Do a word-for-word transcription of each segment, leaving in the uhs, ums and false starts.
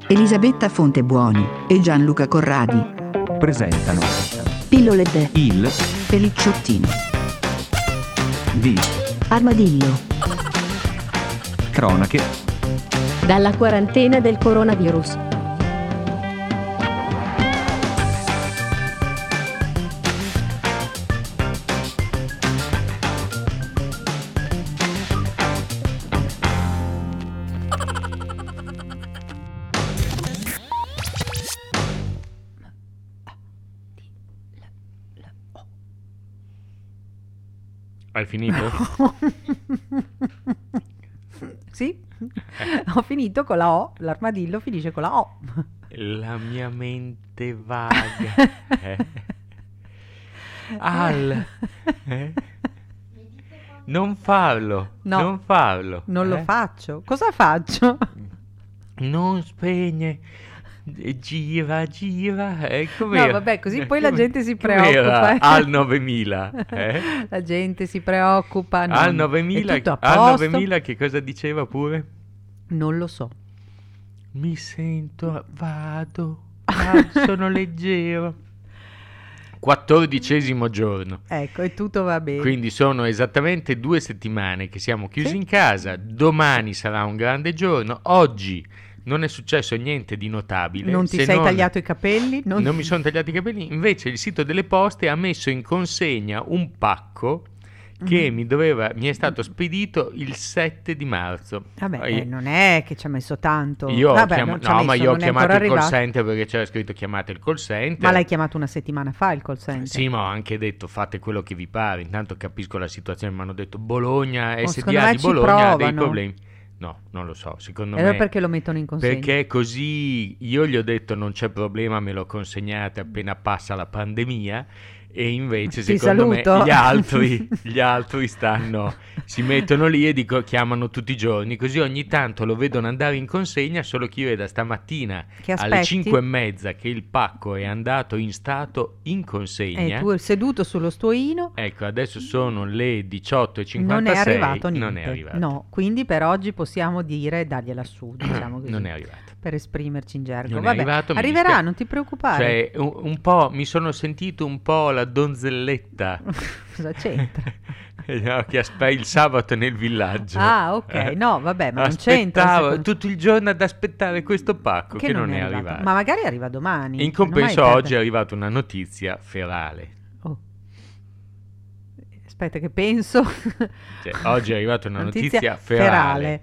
Elisabetta Fontebuoni e Gianluca Corradi presentano Pillole de il Pelicciottino di Armadillo cronache dalla quarantena del coronavirus. Hai finito? Sì, ho finito con la O, l'armadillo finisce con la O. La mia mente vaga. Eh? Al. Eh? Non farlo. No, non farlo. Non lo eh? faccio. Cosa faccio? Non spegne. Gira, gira. Eh, No, com'era? vabbè, così poi la Come- gente si com'era? preoccupa. eh. Al novemila. Eh? La gente si preoccupa. no, Al no. novemila, È tutto a al posto? novemila che cosa diceva pure? Non lo so. Mi sento, vado, ah, sono leggero. Quattordicesimo giorno. Ecco, e tutto va bene. Quindi sono esattamente due settimane che siamo chiusi Sì. in casa. Domani sarà un grande giorno. Oggi non è successo niente di notabile. non ti se sei non- tagliato i capelli? Non, Non mi sono tagliati i capelli. Invece il sito delle poste ha messo in consegna un pacco che Mhm. mi doveva, mi è stato spedito il sette di marzo. Vabbè, Io- eh, non è che ci ha messo tanto. Io ho Vabbè, chiama- non ci ha no, ma messo, io ho non è chiamato il ancora call arrivato. center perché c'era scritto chiamate il call center. Ma l'hai chiamato una settimana fa il call center? Sì, ma ho anche detto fate quello che vi pare. Intanto capisco la situazione. Mi hanno detto Bologna, Oh, S D secondo A me di ci Bologna ha dei provano. problemi. No, non lo so. Secondo E allora me perché lo mettono in consegna? perché così io gli ho detto non c'è problema, me lo consegnate appena passa la pandemia. E invece Ti secondo saluto. me gli altri, gli altri stanno, si mettono lì e dico, chiamano tutti i giorni, così ogni tanto lo vedono andare in consegna, solo che io veda stamattina Che alle aspetti? cinque e mezza che il pacco è andato in stato in E consegna. tu seduto sullo stuoino Ecco, adesso sono le diciotto e non cinquantasei. è arrivato niente. Non è arrivato. No, quindi per oggi possiamo dire dargliela su, diciamo così. Non è arrivato. Per esprimerci in gergo. Non è Vabbè, arrivato, mi arriverà, dispiace. non ti preoccupare. Cioè, un, un po', mi sono sentito un po' la donzelletta Cosa c'entra? no, che aspetta il sabato nel villaggio. Ah, ok. Eh. No, vabbè, ma non c'entra, Aspettavo secondo- tutto il giorno ad aspettare questo pacco che, non, è arrivato. Ma magari arriva domani. In non mai compenso perde- oggi è arrivata una notizia ferale. Oh. Aspetta che penso. Cioè, oggi è arrivata una notizia, ferale.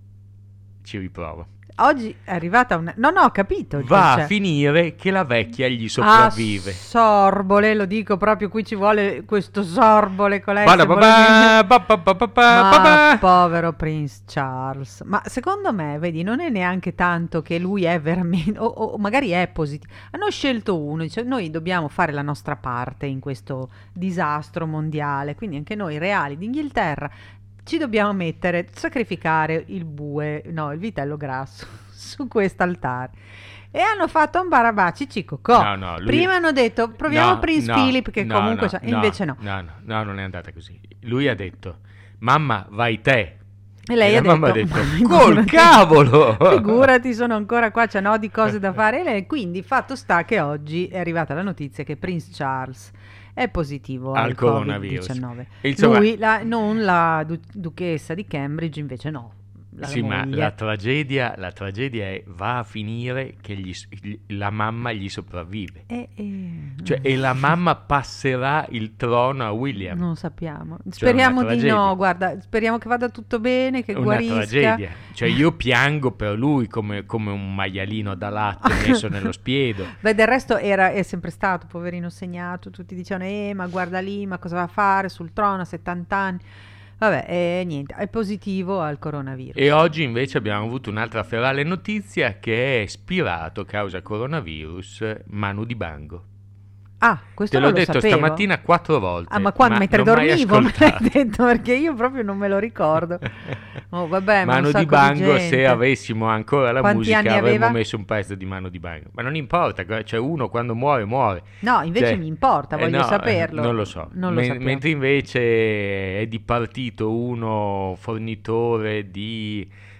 Ci riprovo. Oggi è arrivata una... No, no, ho capito. Va cioè- a finire che la vecchia gli sopravvive. Ah, sorbole, lo dico proprio, qui ci vuole questo sorbole con lei. Ba da se ba vuole- ba, ba ba ba ba ba Ma ba ba. povero Prince Charles. Ma secondo me, vedi, non è neanche tanto che lui è veramente, o, o magari è positivo. Hanno scelto uno, dice noi dobbiamo fare la nostra parte in questo disastro mondiale, quindi anche noi reali d'Inghilterra ci dobbiamo mettere, sacrificare il bue, no, il vitello grasso su quest'altare. E hanno fatto un barabacci cicocò. No, no, lui- Prima hanno detto proviamo No, Prince no, Philip che no, comunque no, c'ha- no, invece no. No, no, no, non è andata così. Lui ha detto mamma vai te. E lei la ha mamma detto, ha detto "Ma col figurati." cavolo. Figurati, sono ancora qua, c'è no di cose da fare. E lei, quindi fatto sta che oggi è arrivata la notizia che Prince Charles è positivo Al al, coronavirus. covid diciannove. E insomma- Lui, la- non la du- duchessa di Cambridge, invece no. La Sì, ma moglie. la tragedia, la tragedia è va a finire che gli s- gli- la mamma gli sopravvive. E- e- Cioè, e la mamma passerà il trono a William. Non sappiamo. Cioè, Speriamo una di tragedia. no, guarda, speriamo che vada tutto bene, che Una guarisca. tragedia. Cioè, io piango per lui come, come un maialino da latte messo nello spiedo. Beh, del resto era, è sempre stato, poverino, segnato. Tutti dicevano, eh, ma guarda lì, ma cosa va a fare sul trono a settanta anni? Vabbè, e niente, è positivo al coronavirus. E oggi invece abbiamo avuto un'altra ferale notizia che è spirato causa coronavirus Manu Dibango. Ah, questo Te l'ho non lo detto sapevo. stamattina quattro volte. Ah, ma quando mentre non mai dormivo me l'hai ascoltato. detto, perché io proprio non me lo ricordo. Oh, vabbè, ma Mano un di sacco Bango, gente. se avessimo ancora la Quanti musica anni avremmo aveva? messo un pezzo di Mano di Bango. Ma non importa, cioè uno quando muore muore. No, invece Cioè, mi importa, eh, voglio no, saperlo. eh, non lo so. Non lo Men- sappiamo. mentre invece è dipartito uno fornitore di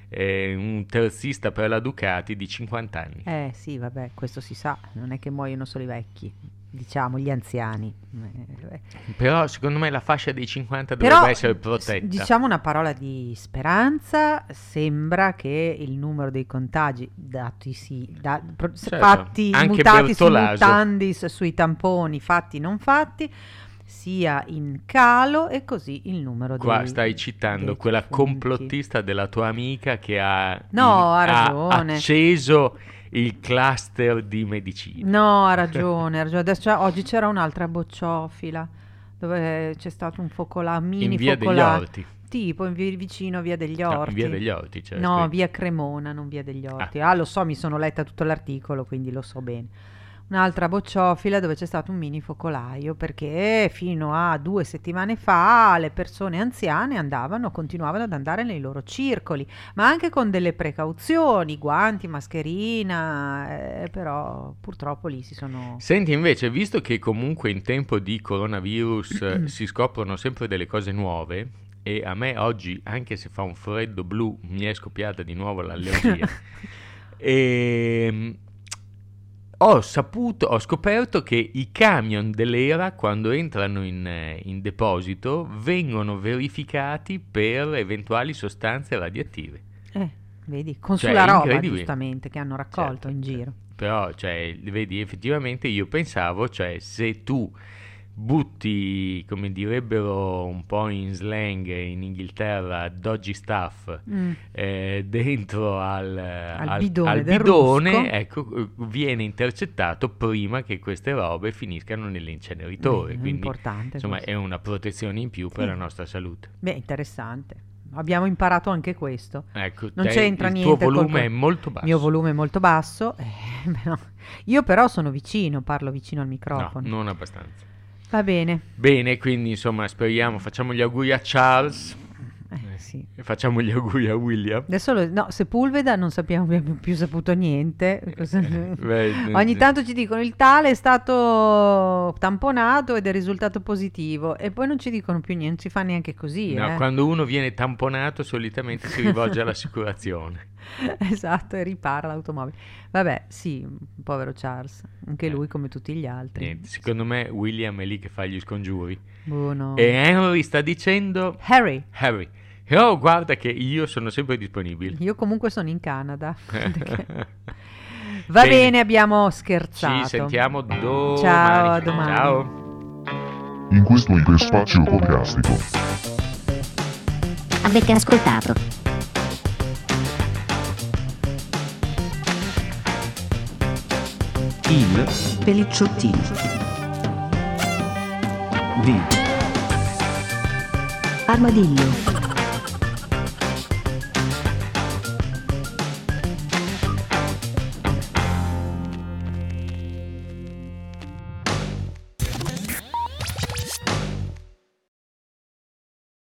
eh, un terzista per la Ducati di cinquanta anni. Eh sì, vabbè, questo si sa, non è che muoiono solo i vecchi, diciamo gli anziani. Eh, Però secondo me la fascia dei cinquanta Però, dovrebbe essere protetta. s- diciamo una parola di speranza, sembra che il numero dei contagi dati sì, da- pro- s- Certo, fatti anche mutati su Bertolaso. mutandi s- sui tamponi fatti non fatti sia in calo e così il numero Qua dei stai citando dei quella defunti. complottista della tua amica che ha, No, ha ha ragione. acceso il cluster di medicina. No, ha ragione, ha ragione. Adesso, oggi c'era un'altra bocciofila dove c'è stato un focolare, mini In via degli focolare, Orti. tipo in vi- vicino via degli No, Orti. in via degli Orti c'era No, scritto. via Cremona, non via degli Orti. Ah. lo so, mi sono letta tutto l'articolo, quindi lo so bene. Un'altra bocciofila dove c'è stato un mini focolaio perché fino a due settimane fa le persone anziane andavano, continuavano ad andare nei loro circoli, ma anche con delle precauzioni, guanti, mascherina, eh, però purtroppo lì si sono... Senti, invece, visto che comunque in tempo di coronavirus eh, si scoprono sempre delle cose nuove, e a me oggi, anche se fa un freddo blu, mi è scoppiata di nuovo l'allergia, e ho saputo, ho scoperto che i camion dell'Era, quando entrano in, eh, in deposito, vengono verificati per eventuali sostanze radioattive. Eh, vedi, con Cioè, sulla è roba incredibile. giustamente che hanno raccolto Certo, in certo. giro. Però, cioè, vedi, effettivamente io pensavo, cioè, se tu butti, come direbbero un po' in slang in Inghilterra, dodgy stuff, Mm. eh, dentro al, al- bidone al del bidone, rusco. ecco, eh, viene intercettato prima che queste robe finiscano nell'inceneritore. Beh, è Quindi, importante insomma, questo. è una protezione in più per Sì. la nostra salute. Beh, interessante. Abbiamo imparato anche questo. Ecco, Non te- c'entra il niente tuo volume col- è molto basso. Il mio volume è molto basso. eh, però- Io però sono vicino, parlo vicino al No, microfono. non abbastanza. Va bene. Bene, quindi insomma speriamo, facciamo gli auguri a Charles Eh, sì. e facciamo gli auguri a William. Adesso lo- no, Sepulveda non sappiamo, abbiamo più saputo niente. Cosa- Beh, Ogni tanto ci dicono il tale è stato tamponato ed è risultato positivo e poi non ci dicono più niente, non si fa neanche così. no, eh. quando uno viene tamponato solitamente si rivolge all'assicurazione. Esatto, e ripara l'automobile. Vabbè, sì, povero Charles, anche Eh. lui come tutti gli altri. Niente, secondo me William è lì che fa gli scongiuri. Buono. E Henry sta dicendo: Harry, Harry, oh guarda che io sono sempre disponibile. io comunque sono in Canada. Va Bene. bene, abbiamo scherzato. Ci sentiamo domani. Ciao, a domani. Ciao. In questo iperspazio podcastico. Avete ascoltato Il Pelicciottino. di Armadillo.